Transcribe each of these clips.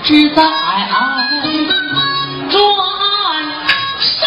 只在转身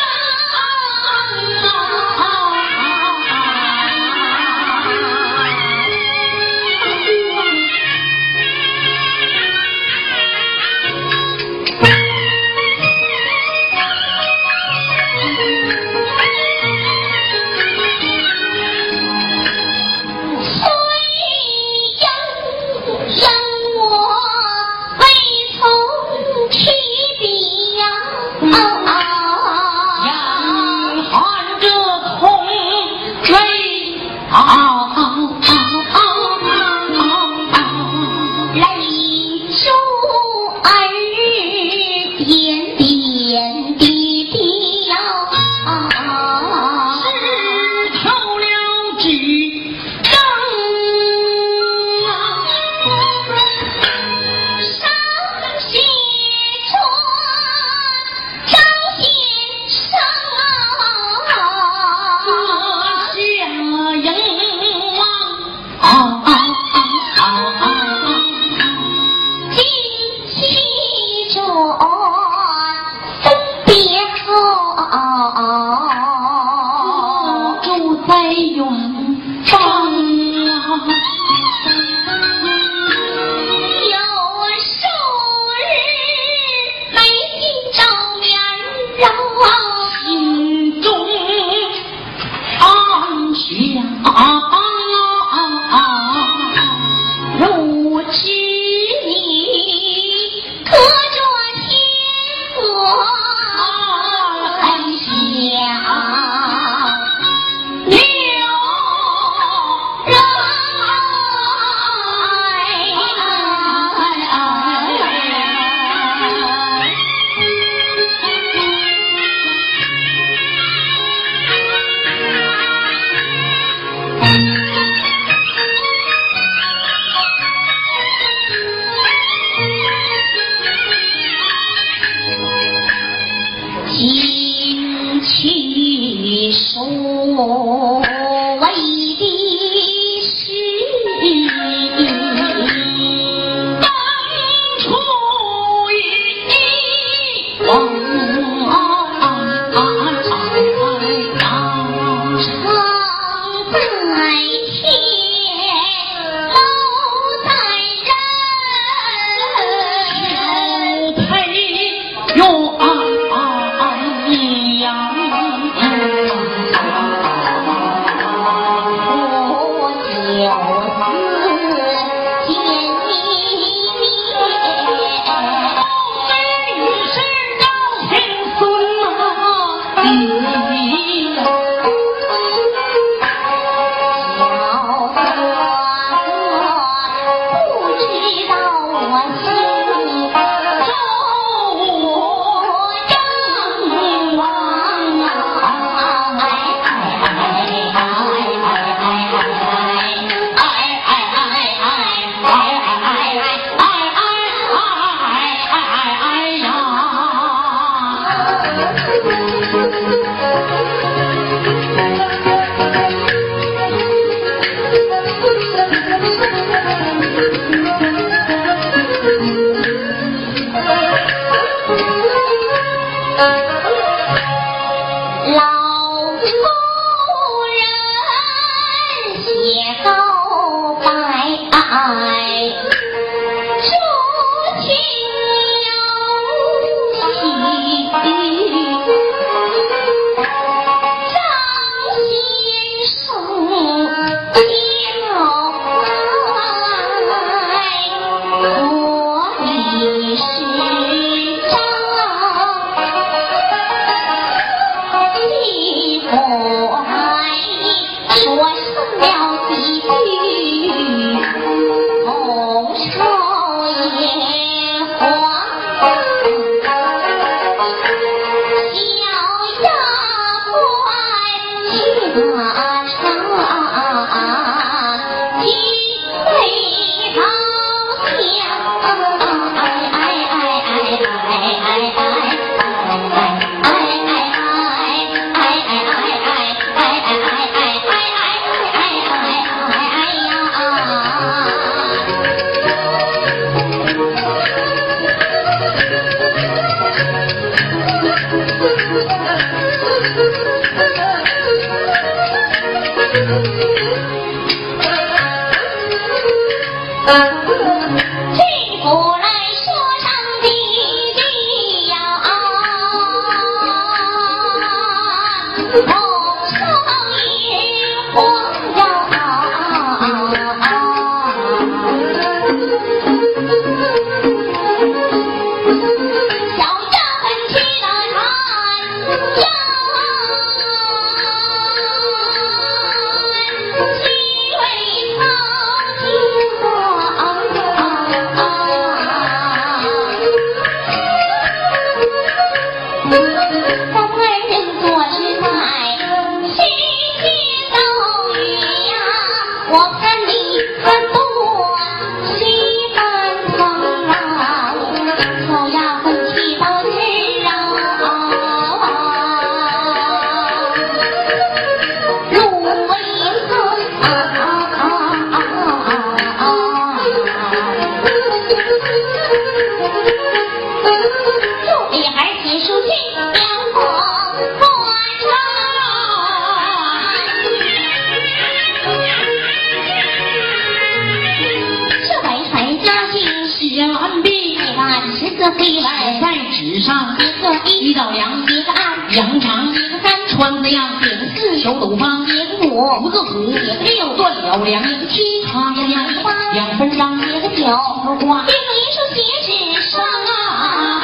飞来在纸上一个一道梁，一个暗，羊肠一个三，川子样写个四，手斗方写个五，五个虎写个六，断了梁一个七，他呀两个八，两分章写个九，头瓜编了一首写纸上啊。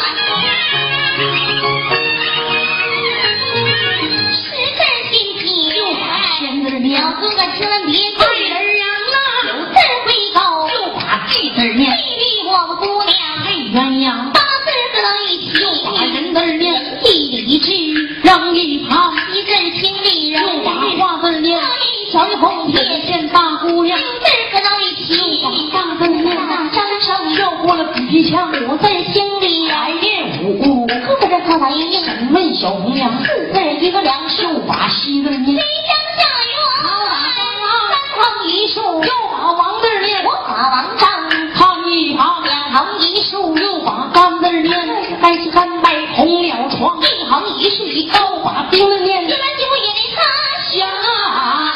十字金皮又把千字念，两个千万别对儿啊，九字回高又把地字念，妹妹我们姑娘配鸳鸯，八字搁到一起又把人字念，一里之扔一旁，一字清丽人又把花字念，小一红铁线大姑娘，六字搁到一起又把上字念，张生又过了比皮枪，五字清丽来念五，搁这靠他一审问小红娘，四字一个梁又把西字念，谁将下院三横一竖又把王字念，我把王章看一旁，两横一竖又把干字念，三十三拜红了床，一横一竖一高把丁字念，一般就也得他想啊。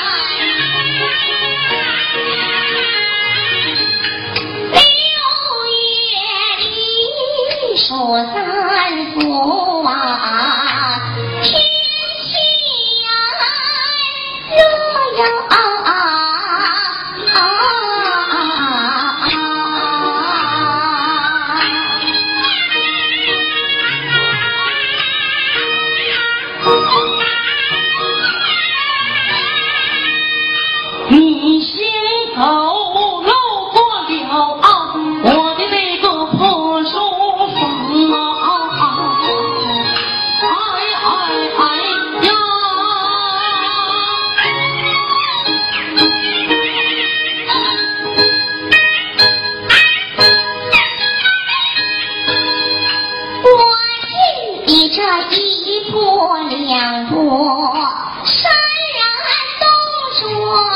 六月里数三伏啊，天气呀热呀你先走漏过了我的那个破书房啊，哎呀，我见你这一步两步山然都说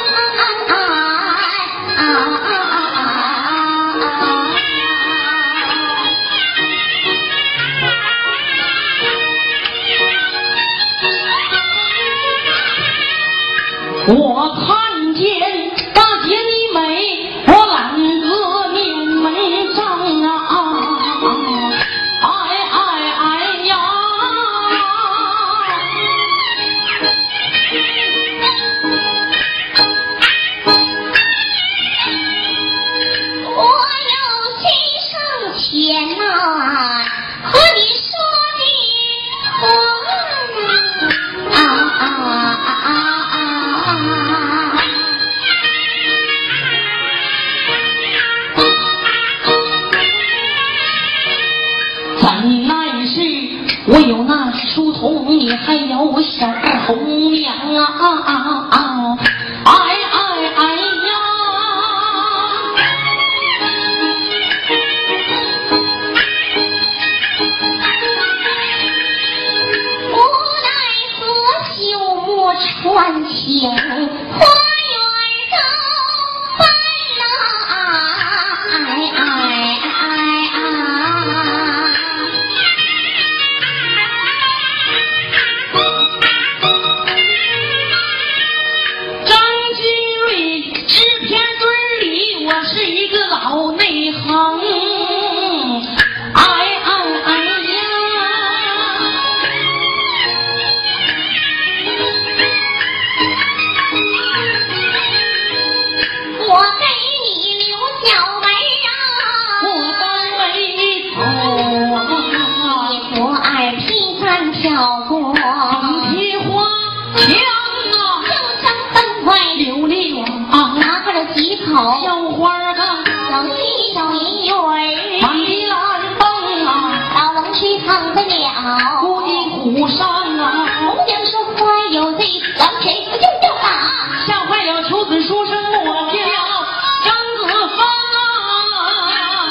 我看见大姐你美，我懒得念文章啊，哎呀，我有心上前呐，和你说句话我有那书童，你还有小红娘啊，哎呀，无奈何朽木穿情，花园都翻了， 小哥， 皮花枪啊， 就像灯块琉璃王拿个了几口小花杠， 小戏小音乐满地蓝蹦啊， 到龙去唱得了， 古地虎上啊， 红娘说坏有罪，狼谁不就要打， 吓坏了求子书生莫飘张子芳啊，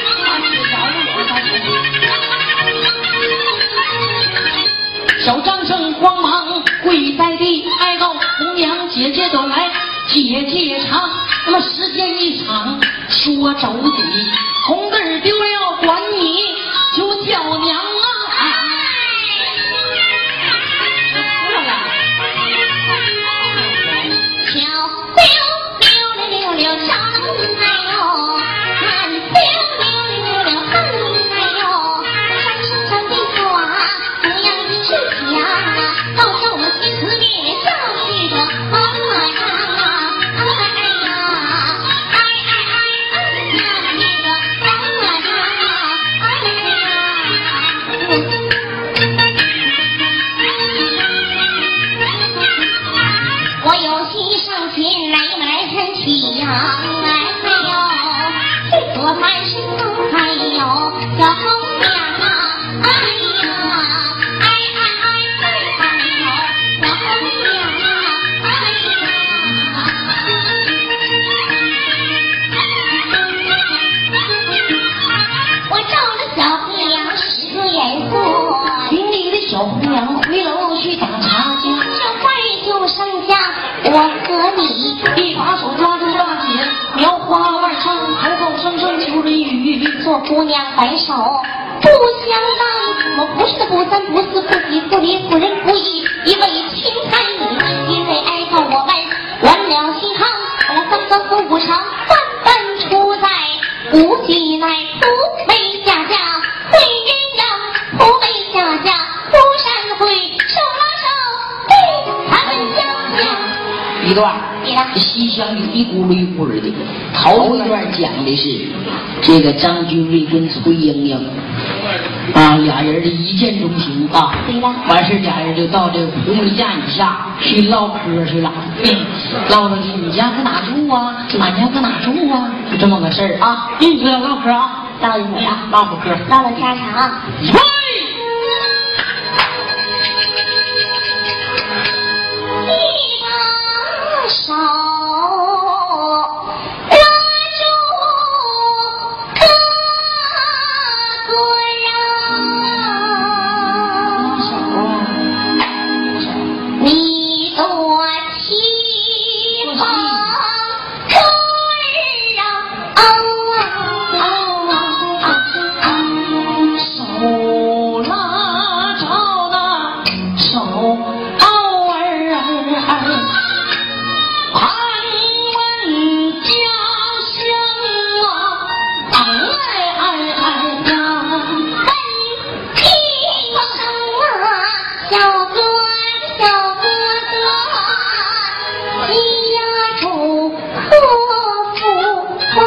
小张生慌忙跪在地，哀告红娘姐姐都来姐姐唱，那么时间一长说着嘴，红字儿丢了管你就叫娘啊， 小溜溜溜溜溜上来哟，看溜溜溜溜看来哟，山上的花同样一是香啊，到时我心思面上去的哎呀，哎呀，哎哎哎，那那个哎呀，我有心上前来撑起呀，哎呦，这左盘是空，哎呦，小红娘啊，哎呀，哎哎哎哎呦，小红娘啊，哎呀，我照着小红娘使个眼色， 心里的小红娘回楼去打茶去， 这快就剩下我和你。 一把手抓住大姐，描花腕上，口口声声求人语。 做姑娘摆手不相当，我不是那不三不四不几不离不仁不义一位青才女，因为哀告我们乱了心肠，我那三个和无常万般出在无计乃土为下家会鸳鸯，土为下家不善会手拉手给他们讲讲一段你呢西厢有一轱辘一轱辘的，头一段讲的是这个张君瑞跟崔莺莺啊，俩人的一见钟情啊， 对了完事俩人就到这个红梅架以下去唠嗑去了，唠到你家搁哪住啊，俺家搁哪住啊，就这么个事儿啊，就要唠嗑啊， 唠一会儿啊， 唠会嗑， 唠了家常。 喂。 一把手拉住哥哥你多期盼可手拉着那手儿盼问家乡啊，呀， 听声啊，小哥家住何府？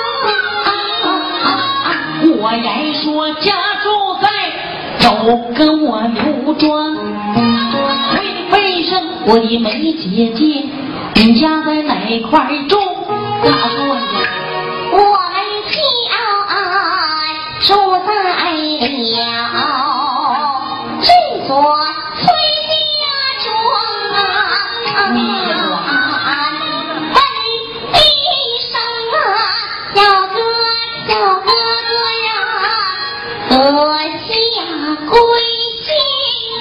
我言说家住在周跟我刘庄，为什么我的梅姐姐，你家在哪块住？咋说呢？ 我们家住在了这座崔家庄啊，问一声啊，小哥呀，阁下贵姓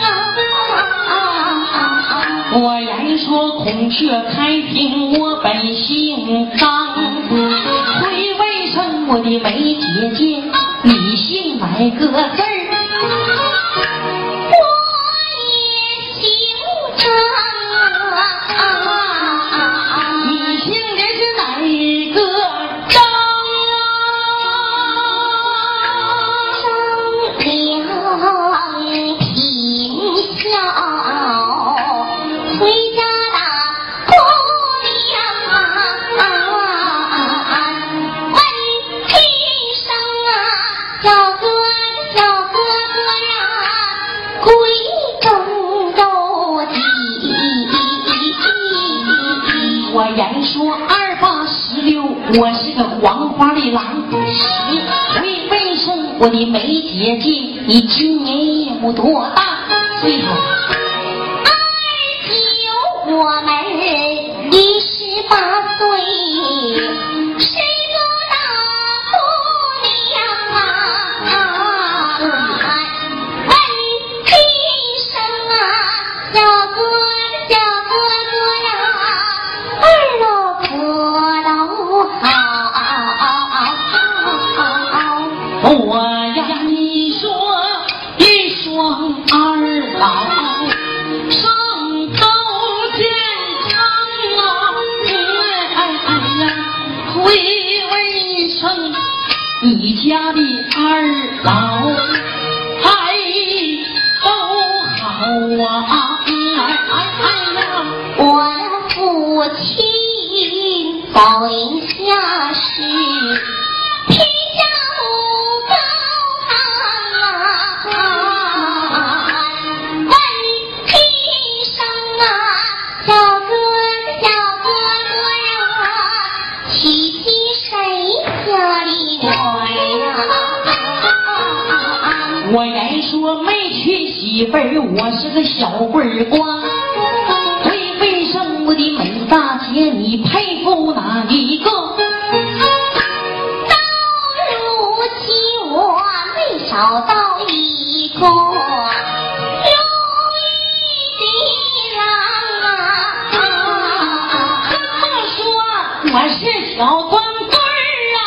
啊？ 我言说孔雀开屏，我本姓张，为什么我的梅姐姐，你姓哪个字儿？ 我也姓张啊， 你姓的是哪个张张良品孝，崔家大姑娘问一声啊，小哥我是个黄花的郎，为什么我的梅姐姐你今年也不多大岁数？ 我们18岁，是个大姑娘啊，问一声啊，小哥呀，二老可都好。 我呀你说一双二老上高见长啊，为什你家的二老还都好啊？ 我的父亲早年下世，贫家不高堂啊，问一声啊，小哥呀，娶谁家的女儿啊？ 我原说没娶媳妇儿，我是个小棍儿瓜。为什么我的美大姐你佩服哪一个？ 到如今我没找到一个如意的郎啊！ 说我是小光棍儿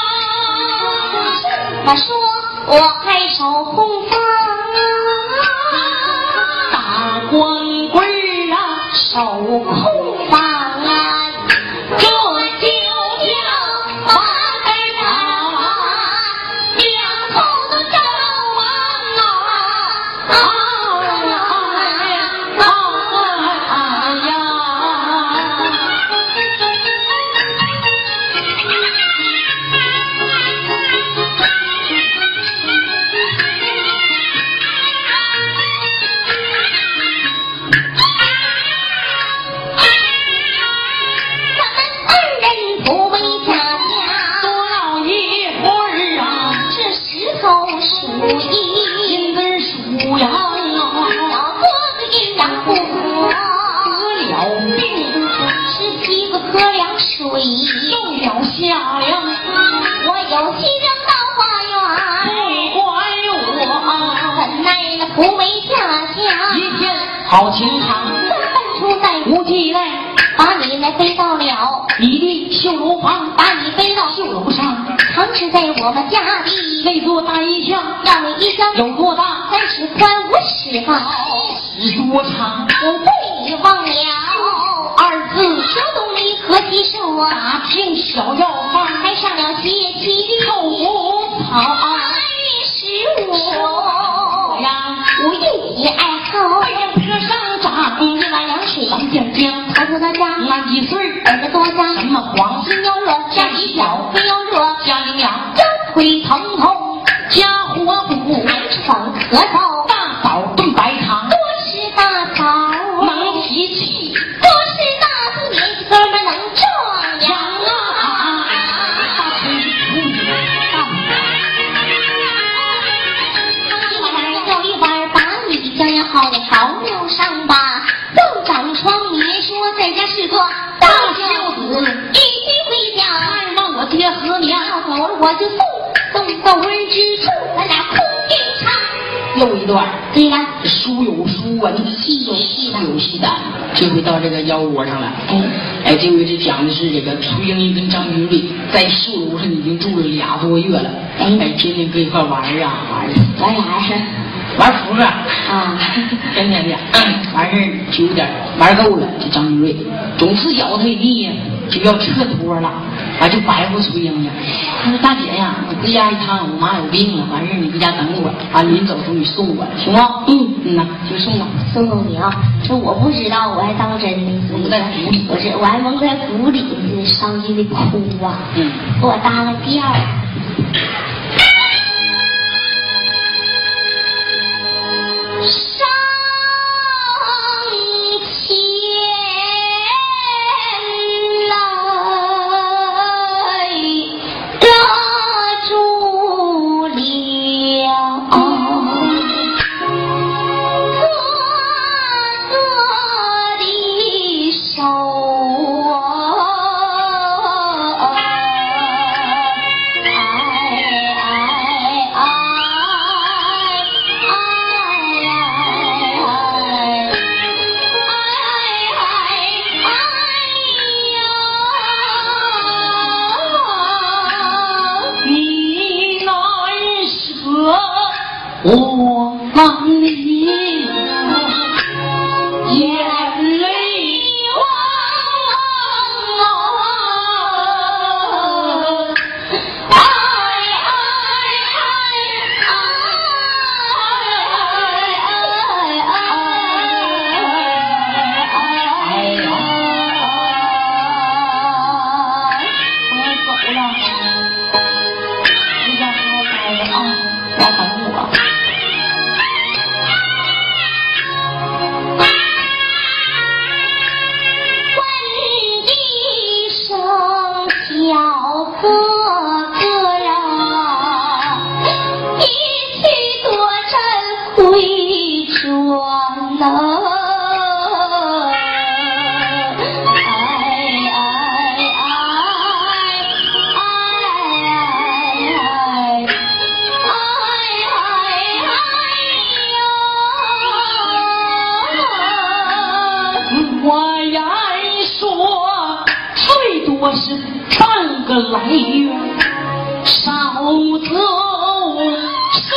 啊！ 他说我还守红房大光棍儿啊， 守空房啊， 这就叫八根草，两头都照望啊！好情长， 奔出在无忌来， 把你来飞到了你的绣楼房， 把你飞到绣楼上， 藏是在我们家里那座大衣箱， 要你一箱有多大 ？30宽50高， 是多长？ 我对你忘了 2字， 手动里可几手啊？ 打听小药方， 还上了节气的臭舞草啊！ 我呀， 我业绩爱好， 背上坡上长一碗凉水， 长尖尖， 头头的长， 俺几岁耳朵多长， 什么黄心又热，家里小，肺又热， 家营养， 这腿疼痛， 家伙补， 爱吃风咳嗽， 大枣炖白糖， 多吃大枣， 能提气， 多吃大枣，年纪哥们能壮阳啊！ 大腿一碗把你将要好的好留上吧，更长疮，你说在家是个大孝子，一起回家看望我爹和娘， 走了我就送到文之处，咱俩空一场。 又一段， 对了， 书有书文， 戏有戏的， 有戏的。这回到这个腰窝上了。这回是讲的是这个崔莺莺跟张云瑞在绣楼上已经住了2多月了。天天搁一块玩啊玩啥事？ 玩扑啊！天天的，完事儿就有点玩够了。这张云瑞总是脚他一腻呀，就要撤脱了，就白活崔莺莺。他说：“大姐呀，我回家一趟，我妈有病了，完事儿你回家等我，临走时候你送我，行吗？”呐，就送吧。 送你啊！这我不知道，我还当真呢。 蒙在鼓里， 我还蒙在鼓里呢，伤心的哭啊！给我搭个调儿。上前来， 我满里眼泪我是半个来月少走双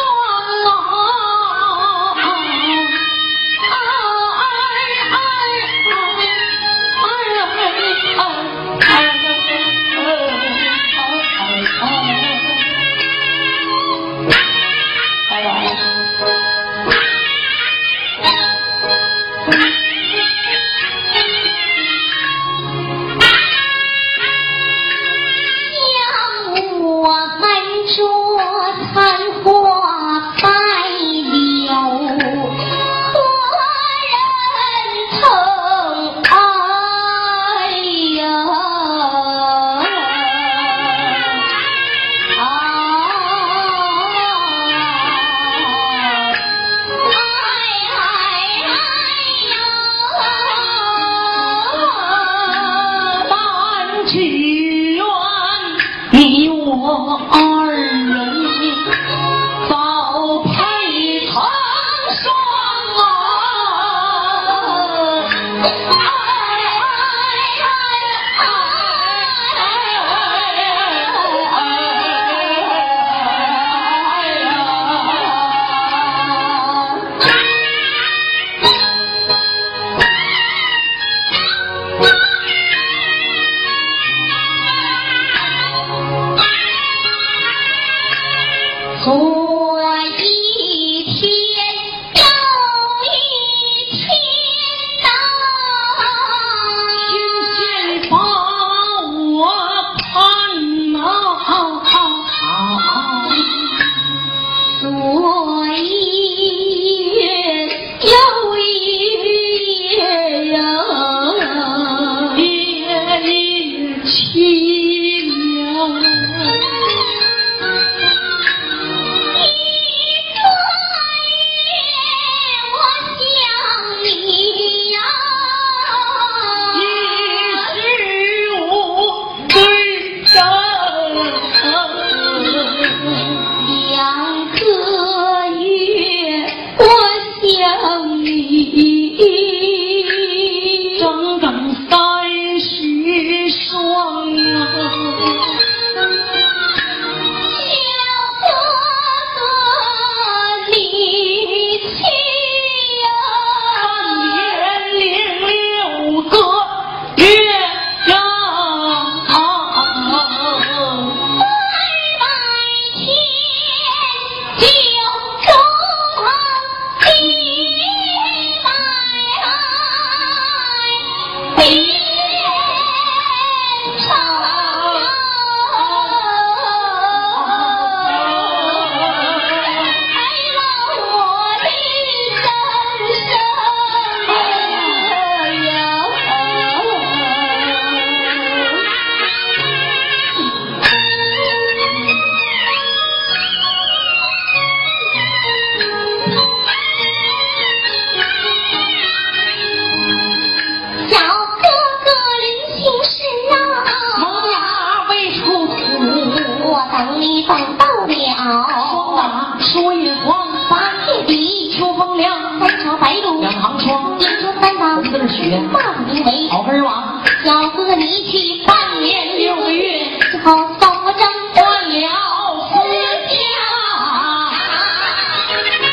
好儿王， 小哥你去半年6个月，之后送我正断了私家。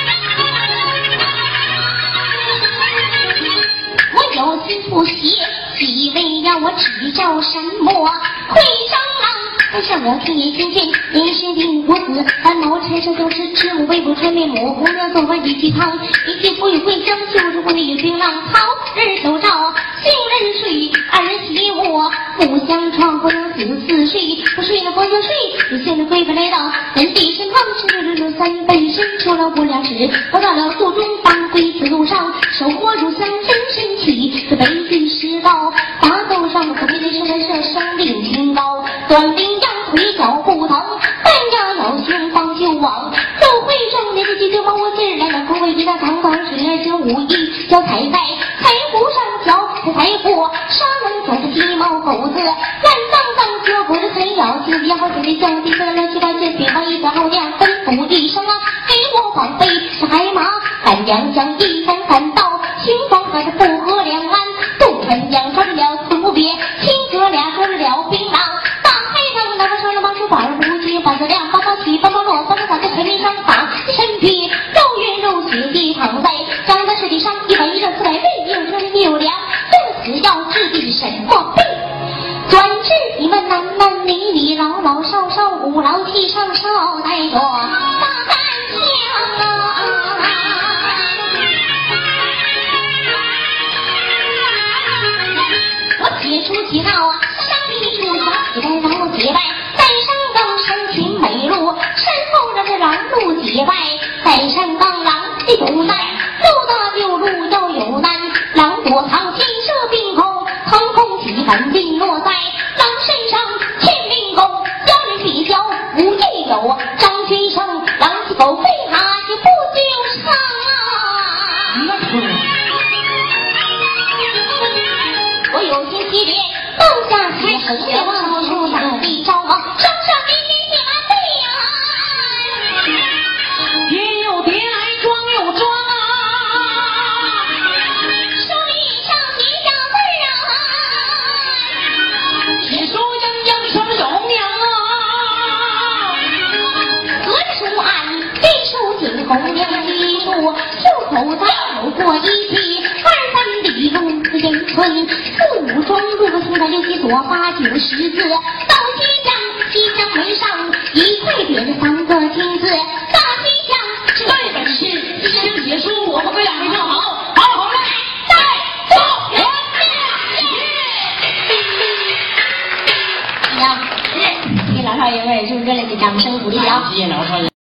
叫什么会蟑螂？上了天也听见，连续定无子，三毛陈手就是吃母背不穿面母，红娘做饭一鸡汤，一鸡不与会蒸，就是不与槟榔，好日都照，杏仁水，二人媳妇不相床，不能死睡，不睡了不就睡，你现在归不来到人地身旁，吃三本身出了不了时，我到了肚中当归子路上，手握入香真神奇，这北京石膏大沟上可比这生命清高，短兵羊腿脚不疼，半压脑胸方就往，都会正年的急就把我劲儿来了，各位给他当是这武艺叫彩带，彩壶上脚彩壶杀人走的鸡毛狗子，烂脏脏脚不是很咬自己好自己将地的乱七八糟别把一个好娘吩咐一声啊，给我放飞是海马干娘将一三赶到清风和是不和两岸，杜春阳穿了土鳖，亲哥俩穿了槟榔，大海上那个上了忙出板不接板子亮，八八起八八落，八八打在水面上打身体肉圆肉血地躺在长在世界上100热400倍，又生又凉，这次要治的什么病？专治你们男男女女老老少少五老七上少带着大干枪啊！我解除其道啊，上一出小几代让我结拜，在山岗山群美路，身后让这狼路结拜，在山岗狼的有难，路大有路要有难，狼躲藏金蛇并空，腾空起反进落在狼身上，欠命功小人比较无也有，张先生狼起狗飞哈就不就上啊！我有心提炼当下开始也望出大地招啊，上上给你对呀， 别又别来装又装啊， 手里上写小字啊， 铁树鸳鸯双手娘啊， 何处岸飞出景红娘一路，袖口再走过一匹2、3里路子烟村，4、5双路个青苔溜起左发9、10字，到西厢门上一块匾着3个金字，大西厢这本是一生结束，我们哥俩非常好，好来，再走人呀！给老少爷们儿就是热烈的掌声鼓励啊！ 谢谢老少爷。